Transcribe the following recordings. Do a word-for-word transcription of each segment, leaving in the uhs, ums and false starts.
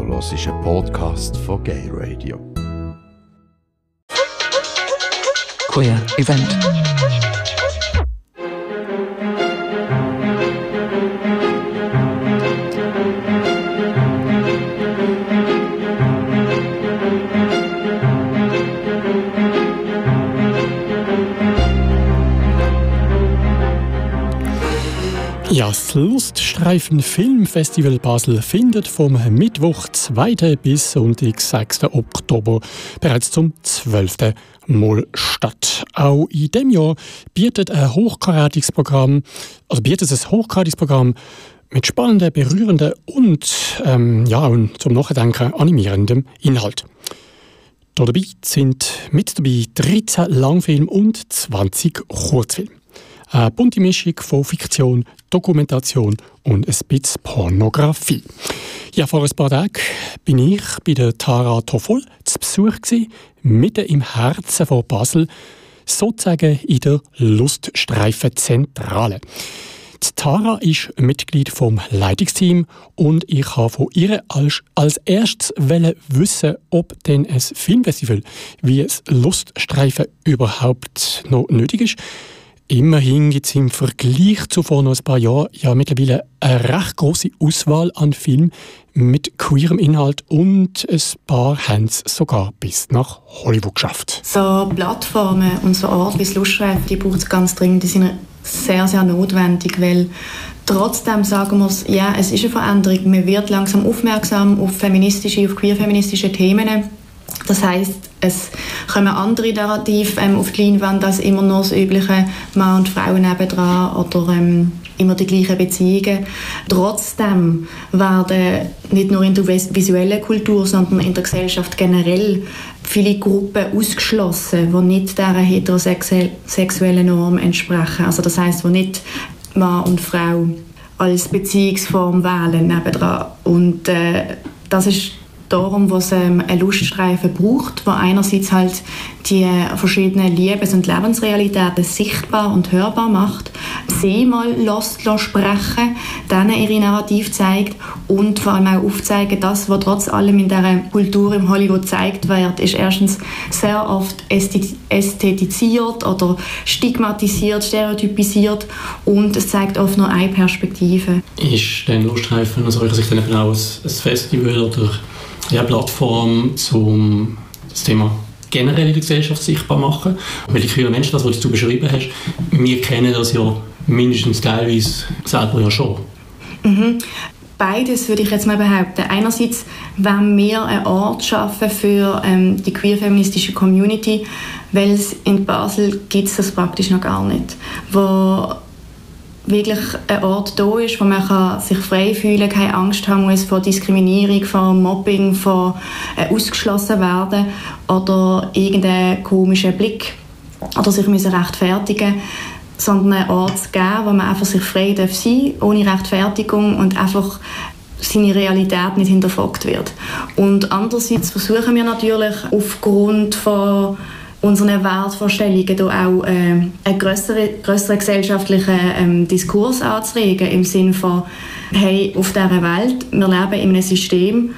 hörst einen Podcast von Gay Radio. Queer Event. Ja, das Luststreifen Filmfestival Basel findet vom Mittwoch zweiten bis Sonntag sechsten Oktober bereits zum zwölften Mal statt. Auch in diesem Jahr bietet ein hochkarätiges Programm, also bietet es ein hochkarätiges Programm mit spannenden, berührenden und, ähm, ja, und zum Nachdenken animierendem Inhalt. Da dabei sind mit dabei dreizehn Langfilme und zwanzig Kurzfilme. Eine bunte Mischung von Fiktion, Dokumentation und ein bisschen Pornografie. Ja, vor ein paar Tagen bin ich bei der Tara Toffol zu Besuch gewesen, mitten im Herzen von Basel, sozusagen in der Luststreifenzentrale. Die Tara ist Mitglied vom Leitungsteam und ich habe von ihr als, als erstes wissen, ob denn ein Filmfestival wie ein Luststreifen überhaupt noch nötig ist. Immerhin gibt es im Vergleich zu vor noch ein paar Jahren ja mittlerweile eine recht grosse Auswahl an Filmen mit queerem Inhalt und ein paar haben es sogar bis nach Hollywood geschafft. So Plattformen und so Orte wie das Luststreifen, die braucht es ganz dringend. Die sind sehr, sehr notwendig, weil trotzdem sagen wir es, ja, es ist eine Veränderung. Man wird langsam aufmerksam auf feministische, auf queer-feministische Themen. Das heisst, es kommen andere Narrative ähm, auf die Leinwand als immer nur das übliche Mann und Frau nebendran oder ähm, immer die gleichen Beziehungen. Trotzdem werden nicht nur in der visuellen Kultur, sondern in der Gesellschaft generell viele Gruppen ausgeschlossen, die nicht dieser heterosexuellen Norm entsprechen. Also das heisst, die nicht Mann und Frau als Beziehungsform wählen nebendran. Und äh, das ist darum, was ähm, ein Luststreifen braucht, wo einerseits halt die äh, verschiedenen Liebes- und Lebensrealitäten sichtbar und hörbar macht, sie mal lässt, lässt sprechen, denen ihre Narrativ zeigt und vor allem auch aufzeigen, das, was trotz allem in dieser Kultur im Hollywood gezeigt wird, ist erstens sehr oft ästhetisiert oder stigmatisiert, stereotypisiert und es zeigt oft nur eine Perspektive. Ist denn Luststreifen aus eurer Sicht dann eben auch ein Festival oder eine Plattform, um das Thema generell in der Gesellschaft sichtbar machen? Weil die queeren Menschen, das, was du beschrieben hast, wir kennen das ja mindestens teilweise selber ja schon. Mhm. Beides würde ich jetzt mal behaupten. Einerseits wollen wir einen Ort schaffen für ähm, die queer-feministische Community, weil es in Basel gibt es das praktisch noch gar nicht. Wo wirklich ein Ort da ist, wo man kann sich frei fühlen kann, keine Angst haben muss vor Diskriminierung, vor Mobbing, vor äh, ausgeschlossen werden oder irgendeinen komischen Blick oder sich müssen rechtfertigen, sondern einen Ort zu geben, wo man einfach sich frei darf sein, ohne Rechtfertigung und einfach seine Realität nicht hinterfragt wird. Und andererseits versuchen wir natürlich aufgrund von unseren Wertvorstellungen da auch äh, einen grösseren, grösseren gesellschaftlichen ähm, Diskurs anzuregen, im Sinne von, hey, auf dieser Welt, wir leben in einem System,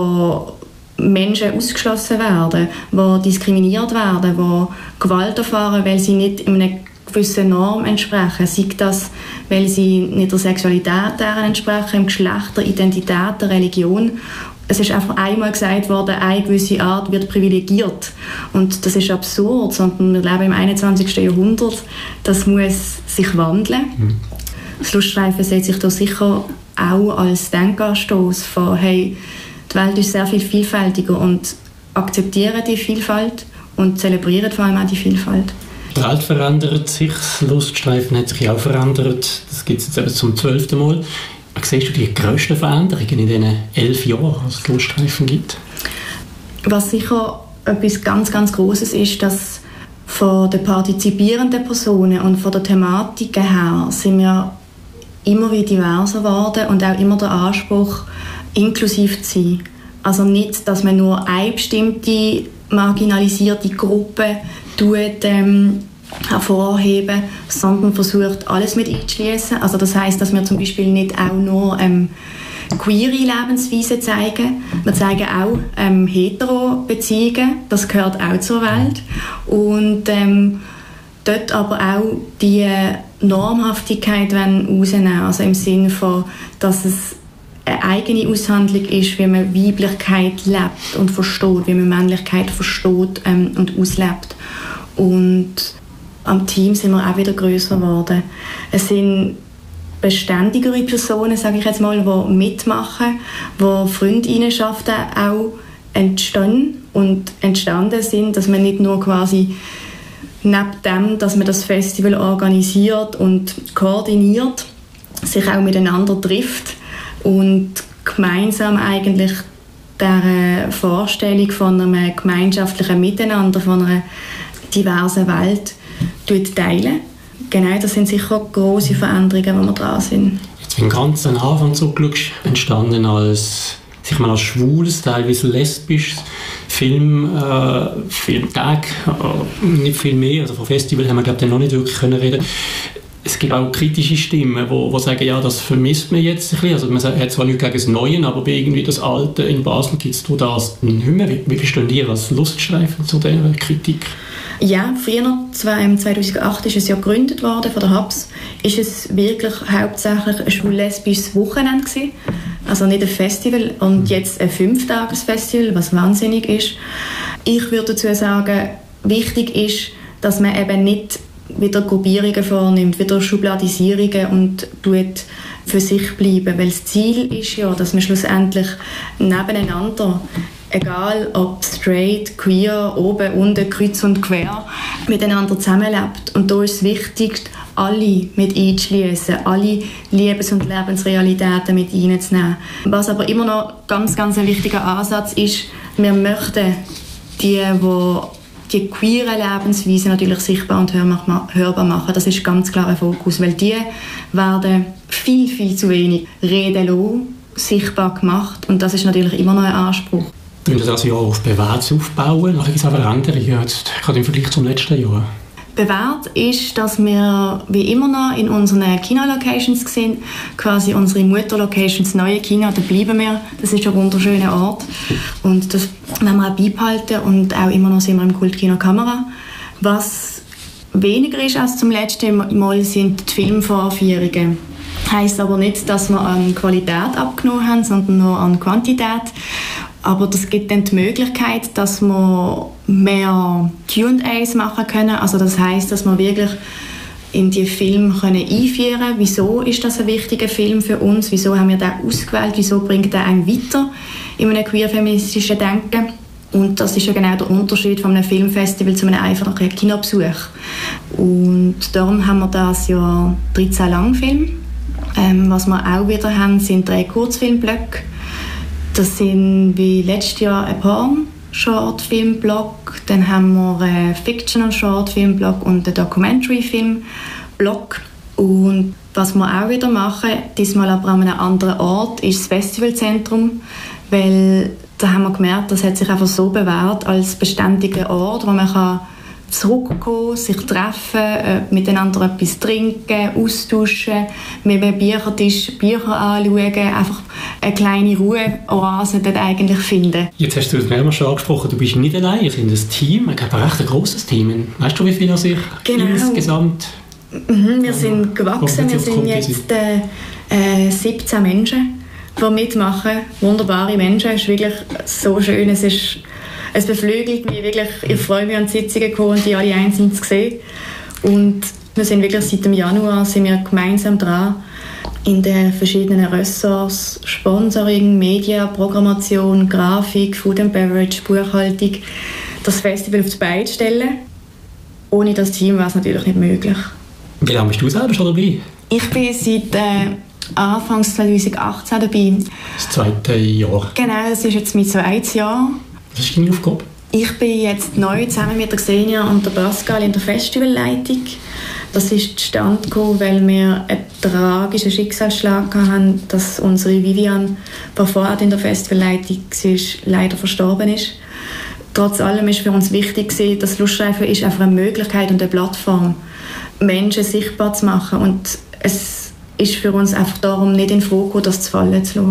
wo Menschen ausgeschlossen werden, wo diskriminiert werden, wo Gewalt erfahren, weil sie nicht in einer gewissen Norm entsprechen. Sei das, weil sie nicht der Sexualität deren entsprechen, im Geschlecht, der Identität, der Religion. Es ist einfach einmal gesagt worden, eine gewisse Art wird privilegiert. Und das ist absurd, sondern wir leben im einundzwanzigsten Jahrhundert. Das muss sich wandeln. Mhm. Das Luststreifen sieht sich da sicher auch als Denkanstoss von, hey, die Welt ist sehr viel vielfältiger und akzeptieren die Vielfalt und zelebrieren vor allem auch die Vielfalt. Die Welt verändert sich, das Luststreifen hat sich auch verändert. Das gibt es jetzt eben zum zwölften Mal. Siehst du die grössten Veränderungen in diesen elf Jahren, was es Luststreifen gibt? Was sicher etwas ganz, ganz Grosses ist, dass von den partizipierenden Personen und von der Thematik her sind wir immer wieder diverser geworden und auch immer der Anspruch, inklusiv zu sein. Also nicht, dass man nur eine bestimmte marginalisierte Gruppe tut, ähm, hervorheben, sondern versucht, alles mit einzuschließen. Also das heisst, dass wir zum Beispiel nicht auch nur ähm, queere Lebensweisen zeigen. Wir zeigen auch ähm, hetero-Beziehungen, das gehört auch zur Welt. Und ähm, dort aber auch die Normhaftigkeit rausnehmen, also im Sinne von, dass es eine eigene Aushandlung ist, wie man Weiblichkeit lebt und versteht, wie man Männlichkeit versteht ähm, und auslebt. Und am Team sind wir auch wieder grösser geworden. Es sind beständigere Personen, sage ich jetzt mal, die mitmachen, wo Freundinnenschaften auch entstehen und entstanden sind, dass man nicht nur quasi neben dem, dass man das Festival organisiert und koordiniert, sich auch miteinander trifft und gemeinsam eigentlich der Vorstellung von einem gemeinschaftlichen Miteinander, von einer diversen Welt teilen. Genau, das sind sicher grosse Veränderungen, wo wir dran sind. Jetzt bin ganz am Anfang zurückschaust, entstanden als, sich mal als schwules, teilweise lesbisches Film, äh, Filmtag, äh, nicht viel mehr. Also vom Festival haben wir, glaube ich, noch nicht wirklich können reden. Es gibt auch kritische Stimmen, die, die sagen, ja, das vermisst man jetzt ein bisschen. Also man hat zwar nichts gegen das Neue, aber irgendwie das Alte in Basel gibt es das nicht mehr. Wie, wie stehen ihr als Luststreifen zu dieser Kritik? Ja, früher, zweitausendacht, ist es ja gegründet worden von der H A B S, ist es wirklich hauptsächlich ein schwul-lesbisches Wochenende gewesen. Also nicht ein Festival und jetzt ein Fünftagesfestival, was wahnsinnig ist. Ich würde dazu sagen, wichtig ist, dass man eben nicht wieder Gruppierungen vornimmt, wieder Schubladisierungen und tut für sich bleiben, weil das Ziel ist ja, dass man schlussendlich nebeneinander, egal ob straight, queer, oben, unten, kreuz und quer, miteinander zusammenlebt. Und da ist es wichtig, alle mit einzuschliessen, alle Lebens- und Lebensrealitäten mit reinzunehmen. Was aber immer noch ganz, ganz ein wichtiger Ansatz ist, wir möchten die, die die queeren Lebensweisen natürlich sichtbar und hörbar machen. Das ist ganz klar ein Fokus, weil die werden viel, viel zu wenig reden lassen, sichtbar gemacht und das ist natürlich immer noch ein Anspruch. Wir müssen das Jahr auf bewährtes aufbauen, nachher gibt es aber Veränderungen, gerade im Vergleich zum letzten Jahr. Bewährt ist, dass wir wie immer noch in unseren Kino-Locations sind, quasi unsere Mutter-Locations, neue Kino, da bleiben wir. Das ist ein wunderschöner Ort und das werden wir auch beibehalten und auch immer noch sind wir im Kultkino Kamera. Was weniger ist als zum letzten Mal sind die Filmvorführungen. Heisst aber nicht, dass wir an Qualität abgenommen haben, sondern nur an Quantität. Aber das gibt dann die Möglichkeit, dass wir mehr Q and A's machen können. Also das heisst, dass wir wirklich in die Filme können einführen können. Wieso ist das ein wichtiger Film für uns? Wieso haben wir den ausgewählt? Wieso bringt er einen weiter in einem queer-feministischen Denken? Und das ist ja genau der Unterschied von einem Filmfestival zu einem einfachen Kinobesuch. Und darum haben wir das ja dreizehn Langfilme. Ähm, was wir auch wieder haben, sind drei Kurzfilmblöcke. Das sind wie letztes Jahr ein Porn-Shortfilm-Block, dann haben wir einen Fictional-Shortfilm-Block und einen Documentary-Film-Block. Und was wir auch wieder machen, diesmal aber an einem anderen Ort, ist das Festivalzentrum, weil da haben wir gemerkt, das hat sich einfach so bewährt als beständiger Ort, wo man kann zurückkommen, sich treffen, äh, miteinander etwas trinken, austauschen, mit einem Büchertisch Bücher anschauen, einfach eine kleine Ruheoase dort eigentlich finden. Jetzt hast du es mehrmals schon angesprochen, du bist nicht allein, ihr seid ein Team, ich habe ein recht grosses Team. Weißt du, wie viele sich genau. insgesamt... Mhm, wir sind gewachsen, wir sind jetzt äh, äh, siebzehn Menschen, die mitmachen, wunderbare Menschen, es ist wirklich so schön, es ist Es beflügelt mich wirklich. Ich freue mich an die Sitzungen kommen und die alle einzeln zu sehen. Und wir sind wirklich seit dem Januar sind wir gemeinsam dran, in den verschiedenen Ressorts, Sponsoring, Media, Programmation, Grafik, Food and Beverage, Buchhaltung, das Festival auf die Beine zu stellen. Ohne das Team wäre es natürlich nicht möglich. Wie lange bist du selber schon dabei? Ich bin seit äh, Anfang zweitausendachtzehn dabei. Das zweite Jahr? Genau, das ist jetzt mein zweites Jahr. Was ist deine Aufgabe? Ich bin jetzt neu zusammen mit der Xenia und der Pascal in der Festivalleitung. Das ist zustande gekommen, weil wir einen tragischen Schicksalsschlag hatten, dass unsere Vivian, die vorher in der Festivalleitung war, leider verstorben ist. Trotz allem ist für uns wichtig, dass Luststreifen ist einfach eine Möglichkeit und eine Plattform, Menschen sichtbar zu machen. Und es ist für uns einfach darum, nicht in Frage, das zu fallen zu lassen.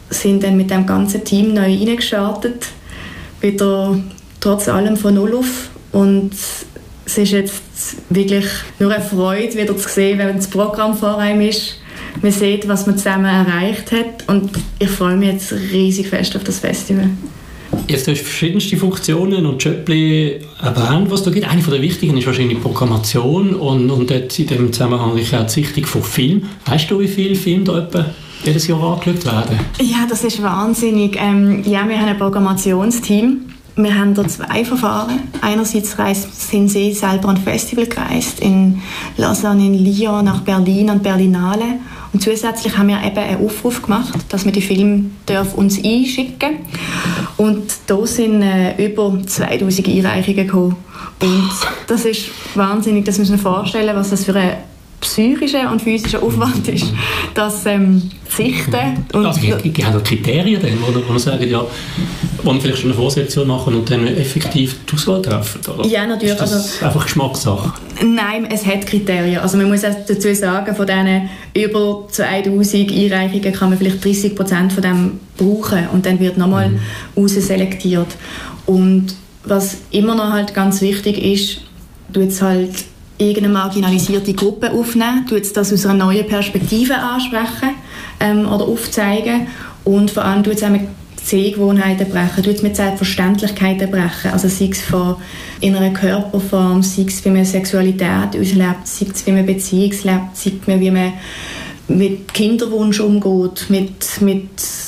sind dann mit dem ganzen Team neu reingestartet, wieder trotz allem von Null auf. Und es ist jetzt wirklich nur eine Freude, wieder zu sehen, wenn das Programm vor einem ist. Man sieht, was man zusammen erreicht hat, und ich freue mich jetzt riesig fest auf das Festival. Jetzt hast du verschiedenste Funktionen und Jobli erwähnt, was da gibt. Eine der wichtigen ist wahrscheinlich die Programmation und, und dort in dem Zusammenhang auch die Sichtung von Film. Weißt du, wie viele Filme da etwa jedes Jahr angeschaut werden? Ja, das ist wahnsinnig. Ähm, ja, wir haben ein Programmationsteam. Wir haben da zwei Verfahren. Einerseits sind sie selber an Festival gereist, in Lausanne, in Lyon, nach Berlin und Berlinale. Und zusätzlich haben wir eben einen Aufruf gemacht, dass wir die Filme uns einschicken dürfen. Und da sind äh, über zweitausend Einreichungen gekommen. Und das ist wahnsinnig, das müssen wir uns vorstellen, was das für ein psychischer und physischer Aufwand ist, das ähm, Sichten. Und also, gibt es Kriterien, dann, wo, wo man sagt, ja, wo man vielleicht schon eine Vorselektion machen und dann effektiv die Auswahl treffen? Oder? Ja, natürlich. Ist das also, einfach Geschmackssache? Nein, es hat Kriterien. Also man muss dazu sagen, von diesen über zweitausend Einreichungen kann man vielleicht dreißig Prozent von dem brauchen und dann wird nochmal mhm. ausselektiert. Und was immer noch halt ganz wichtig ist, du jetzt halt irgendeine marginalisierte Gruppe aufnehmen, du jetzt das aus einer neuen Perspektive ansprechen ähm, oder aufzeigen und vor allem du jetzt Sehgewohnheiten brechen, du jetzt mit Selbstverständlichkeiten brechen, also sei es von in einer Körperform, sei es wie man Sexualität auslebt, sei es wie man Beziehung lebt, sei es wie man mit Kinderwunsch umgeht, mit, mit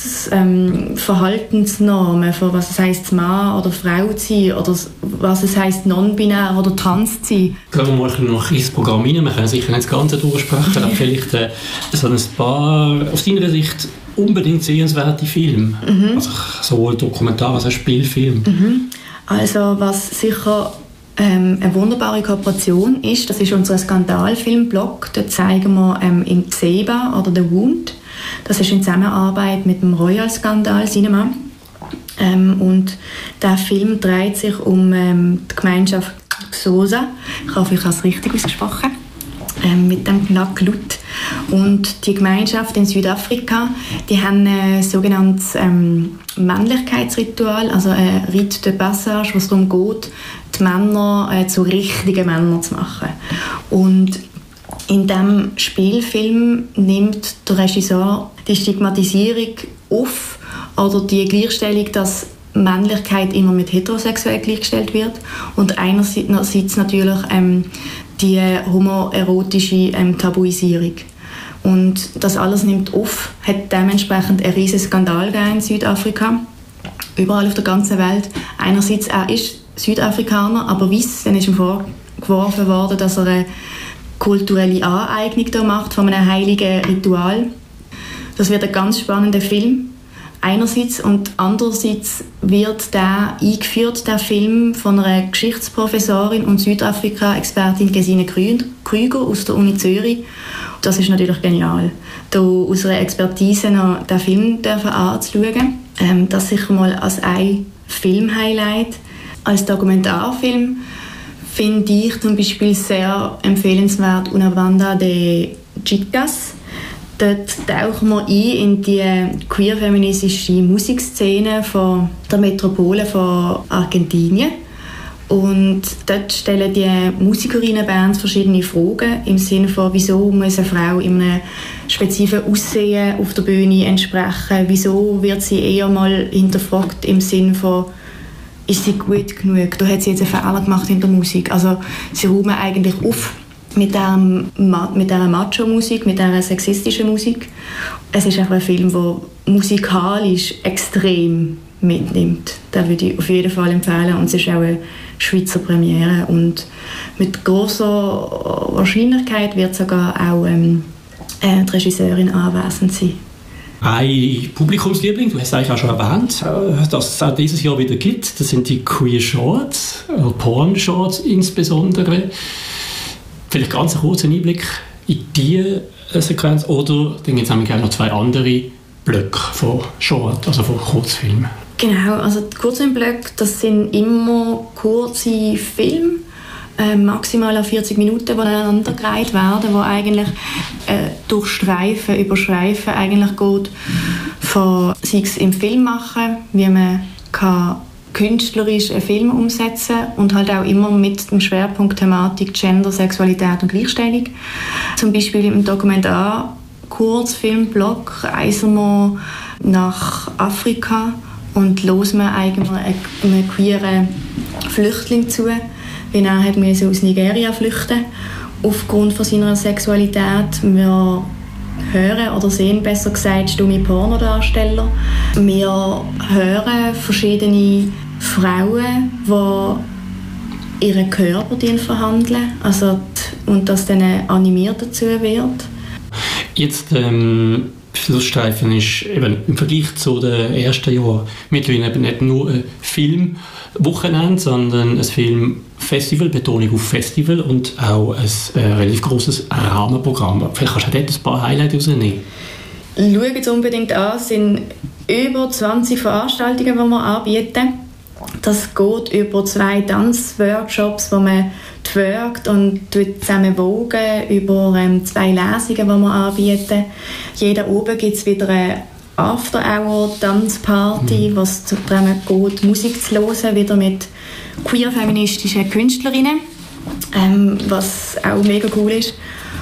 ähm, Verhaltensnormen, von was es heisst, Mann oder Frau zu sein, oder was es heisst, non-binär oder trans zu sein. Gehen wir mal noch ins Programm rein. Wir können sicher nicht das Ganze durchsprechen, aber vielleicht äh, so ein paar, aus deiner Sicht, unbedingt sehenswerte Filme. Mhm. Also sowohl Dokumentar- als auch Spielfilm. Mhm. Also was sicher Ähm, eine wunderbare Kooperation ist, das ist unser Skandalfilmblog. Dort zeigen wir ähm, im Zeba oder The Wound. Das ist in Zusammenarbeit mit dem Royal Skandal Cinema. Ähm, und der Film dreht sich um ähm, die Gemeinschaft Xhosa. Ich hoffe, ich habe es richtig ausgesprochen. Ähm, mit dem Knacklut. Und die Gemeinschaft in Südafrika, die haben ein sogenanntes ähm, Männlichkeitsritual, also ein Rite de Passage, wo es darum geht, die Männer äh, zu richtigen Männern zu machen. Und in diesem Spielfilm nimmt der Regisseur die Stigmatisierung auf oder die Gleichstellung, dass Männlichkeit immer mit heterosexuell gleichgestellt wird und einerseits natürlich ähm, die homoerotische ähm, Tabuisierung. Und das alles nimmt auf, hat dementsprechend einen riesen Skandal gegeben in Südafrika, überall auf der ganzen Welt. Einerseits, er ist Südafrikaner, aber weiss, dann ist ihm vorgeworfen worden, dass er eine kulturelle Aneignung da macht von einem heiligen Ritual. Das wird ein ganz spannender Film. Einerseits und andererseits wird der eingeführt, der Film, von einer Geschichtsprofessorin und Südafrika-Expertin Gesine Krüger aus der Uni Zürich. Das ist natürlich genial, da aus einer Expertise noch den Film anzuschauen. Ähm, das sicher mal als ein Film-Highlight. Als Dokumentarfilm finde ich zum Beispiel sehr empfehlenswert Una Banda de Chicas. Dort tauchen wir ein in die queer-feministische Musikszene von der Metropole von Argentinien. Und dort stellen die Musikerinnenbands verschiedene Fragen im Sinne von, wieso muss eine Frau in einem spezifischen Aussehen auf der Bühne entsprechen? Wieso wird sie eher mal hinterfragt im Sinne von, ist sie gut genug? Da hat sie jetzt einen Fehler gemacht in der Musik. Also sie räumen eigentlich auf mit dieser, mit dieser Macho-Musik, mit dieser sexistischen Musik. Es ist einfach ein Film, der musikalisch extrem mitnimmt. Den würde ich auf jeden Fall empfehlen. Und es ist auch eine Schweizer Premiere. Und mit grosser Wahrscheinlichkeit wird sogar auch ähm, die Regisseurin anwesend sein. Ein Publikumsliebling, du hast es eigentlich auch schon erwähnt, dass es auch dieses Jahr wieder gibt. Das sind die Queer Shorts, Porn-Shorts insbesondere. Vielleicht ganz einen kurzen Einblick in diese Sequenz. Oder dann gibt es nämlich auch noch zwei andere Blöcke von Short, also von Kurzfilmen. Genau, also die Kurzfilmblöcke, das sind immer kurze Filme, äh, maximal vierzig Minuten, die aneinandergereiht werden, wo eigentlich äh, durch Streifen, über Streifen eigentlich geht. Von, sei es im Film machen, wie man kann künstlerisch einen Film umsetzen und halt auch immer mit dem Schwerpunkt Thematik Gender, Sexualität und Gleichstellung. Zum Beispiel im Dokumentar Kurzfilmblock reisen wir nach Afrika und hören wir eigentlich einen queeren Flüchtling zu, wie er hat müssen aus Nigeria flüchten aufgrund von seiner Sexualität. Wir hören oder sehen, besser gesagt, stumme Pornodarsteller. Wir hören verschiedene Frauen, die ihren Körper verhandeln, also die, und das dann animiert dazu wird. Jetzt ähm, Schlussstreifen ist eben im Vergleich zu den ersten Jahren mittlerweile eben nicht nur ein Filmwochenende, sondern ein Filmfestival, Betonung auf Festival und auch ein äh, relativ grosses Rahmenprogramm. Vielleicht kannst du dort ein paar Highlights rausnehmen. Schaut es unbedingt an, es sind über zwanzig Veranstaltungen, die wir anbieten. Das geht über zwei Tanzworkshops, wo man twerkt und zusammen wogen, über ähm, zwei Lesungen, die wir anbieten. Jeden Abend gibt es wieder eine After-Hour-Tanzparty, mhm. was darum geht, Musik zu hören, wieder mit queer-feministischen Künstlerinnen, ähm, was auch mega cool ist.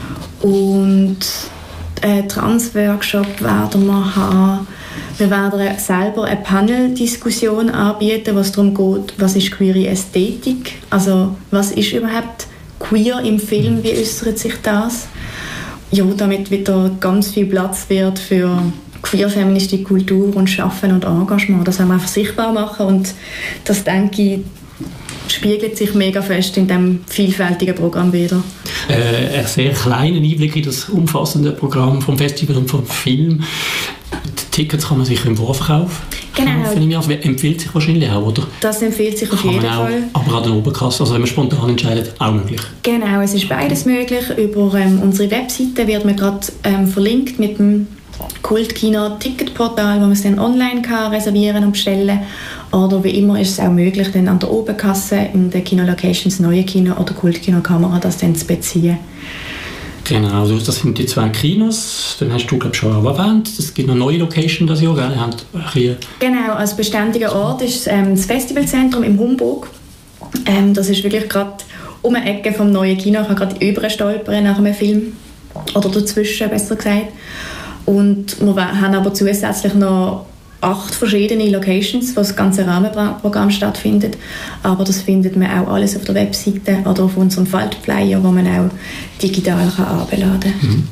Und einen Trans-Workshop werden wir haben. Wir werden selber eine Panel-Diskussion anbieten, was darum geht, was ist queere Ästhetik, also was ist überhaupt queer im Film, wie äußert sich das? Ja, damit wieder ganz viel Platz wird für queer-feministische Kultur und Schaffen und Engagement. Das wollen wir einfach sichtbar machen und das, denke ich, spiegelt sich mega fest in diesem vielfältigen Programm wieder. Äh, ein sehr kleiner Einblick in das umfassende Programm vom Festival und vom Film. Die Tickets kann man sicher im Vorverkauf genau. kaufen. Das empfiehlt sich wahrscheinlich auch, oder? Das empfiehlt sich auf kann jeden man auch, Fall. Aber an der Oberkasse, also wenn man spontan entscheidet, auch möglich. Genau, es ist beides möglich. Über ähm, unsere Webseite wird man gerade ähm, verlinkt mit dem Kultkino-Ticketportal, wo man es dann online kann reservieren und bestellen. Oder wie immer ist es auch möglich, dann an der Oberkasse in den Kino-Locations Neue Kino oder Kultkino-Kamera das dann zu beziehen. Genau, also das sind die zwei Kinos. Dann hast du, glaube ich, schon auch erwähnt, es gibt noch neue Locations das Jahr, gell? Haben genau, als beständiger Ort ist ähm, das Festivalzentrum im Humburg. Ähm, das ist wirklich gerade um eine Ecke vom neuen Kino. Ich kann gerade überstolpern nach einem Film. Oder dazwischen, besser gesagt. Und wir haben aber zusätzlich noch acht verschiedene Locations, wo das ganze Rahmenprogramm stattfindet. Aber das findet man auch alles auf der Webseite oder auf unserem Faltflyer, wo man auch digital kann herunterladen kann. Mhm.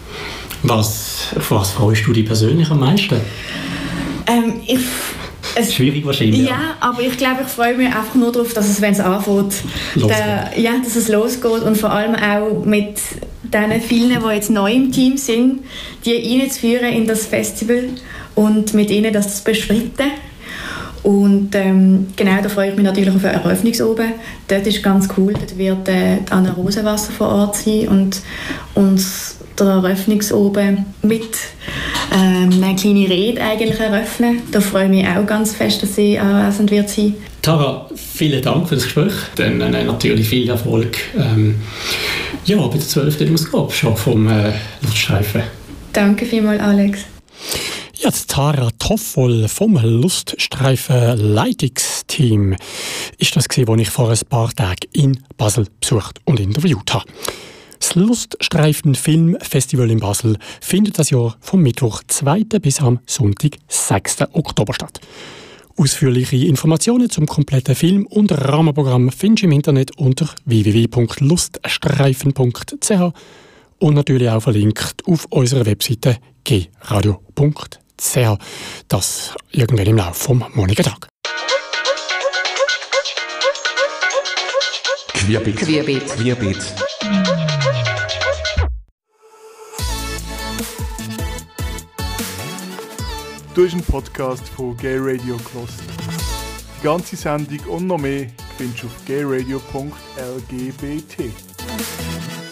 Was, auf was freust du dich persönlich am meisten? Ähm, ich, es, Schwierig wahrscheinlich. Ja, ja, aber ich glaube, ich freue mich einfach nur darauf, dass es, wenn es anfängt, der, ja, dass es losgeht und vor allem auch mit den vielen, die jetzt neu im Team sind, die reinzuführen in das Festival und mit ihnen das zu beschreiten. Und ähm, genau, da freue ich mich natürlich auf eine Eröffnungsoben. Dort ist ganz cool, dort wird äh, Anna Rosenwasser vor Ort sein und uns der Eröffnungsoben mit ähm, einer kleinen Rede eigentlich eröffnen. Da freue ich mich auch ganz fest, dass sie anwesend wird sein. Tara, vielen Dank für das Gespräch. Dann äh, natürlich viel Erfolg ähm, ja, bei der zwölften Ausgabe schon vom äh, Luststreifen. Danke vielmals, Alex. Ja, die Tara Toffol vom Luststreifen-Leitungsteam ist das gewesen, was ich vor ein paar Tagen in Basel besucht und interviewt habe. Das Luststreifen-Filmfestival in Basel findet das Jahr vom Mittwoch zweiten bis am Sonntag sechsten Oktober statt. Ausführliche Informationen zum kompletten Film- und Rahmenprogramm findest du im Internet unter w w w punkt luststreifen punkt c h und natürlich auch verlinkt auf unserer Webseite g radio punkt c h. Das irgendwann im Laufe vom morgigen Tag. Querbeet. Querbeet. Querbeet. Du hast einen Podcast von Gay Radio gehört. Die ganze Sendung und noch mehr findest du auf gay radio punkt l g b t.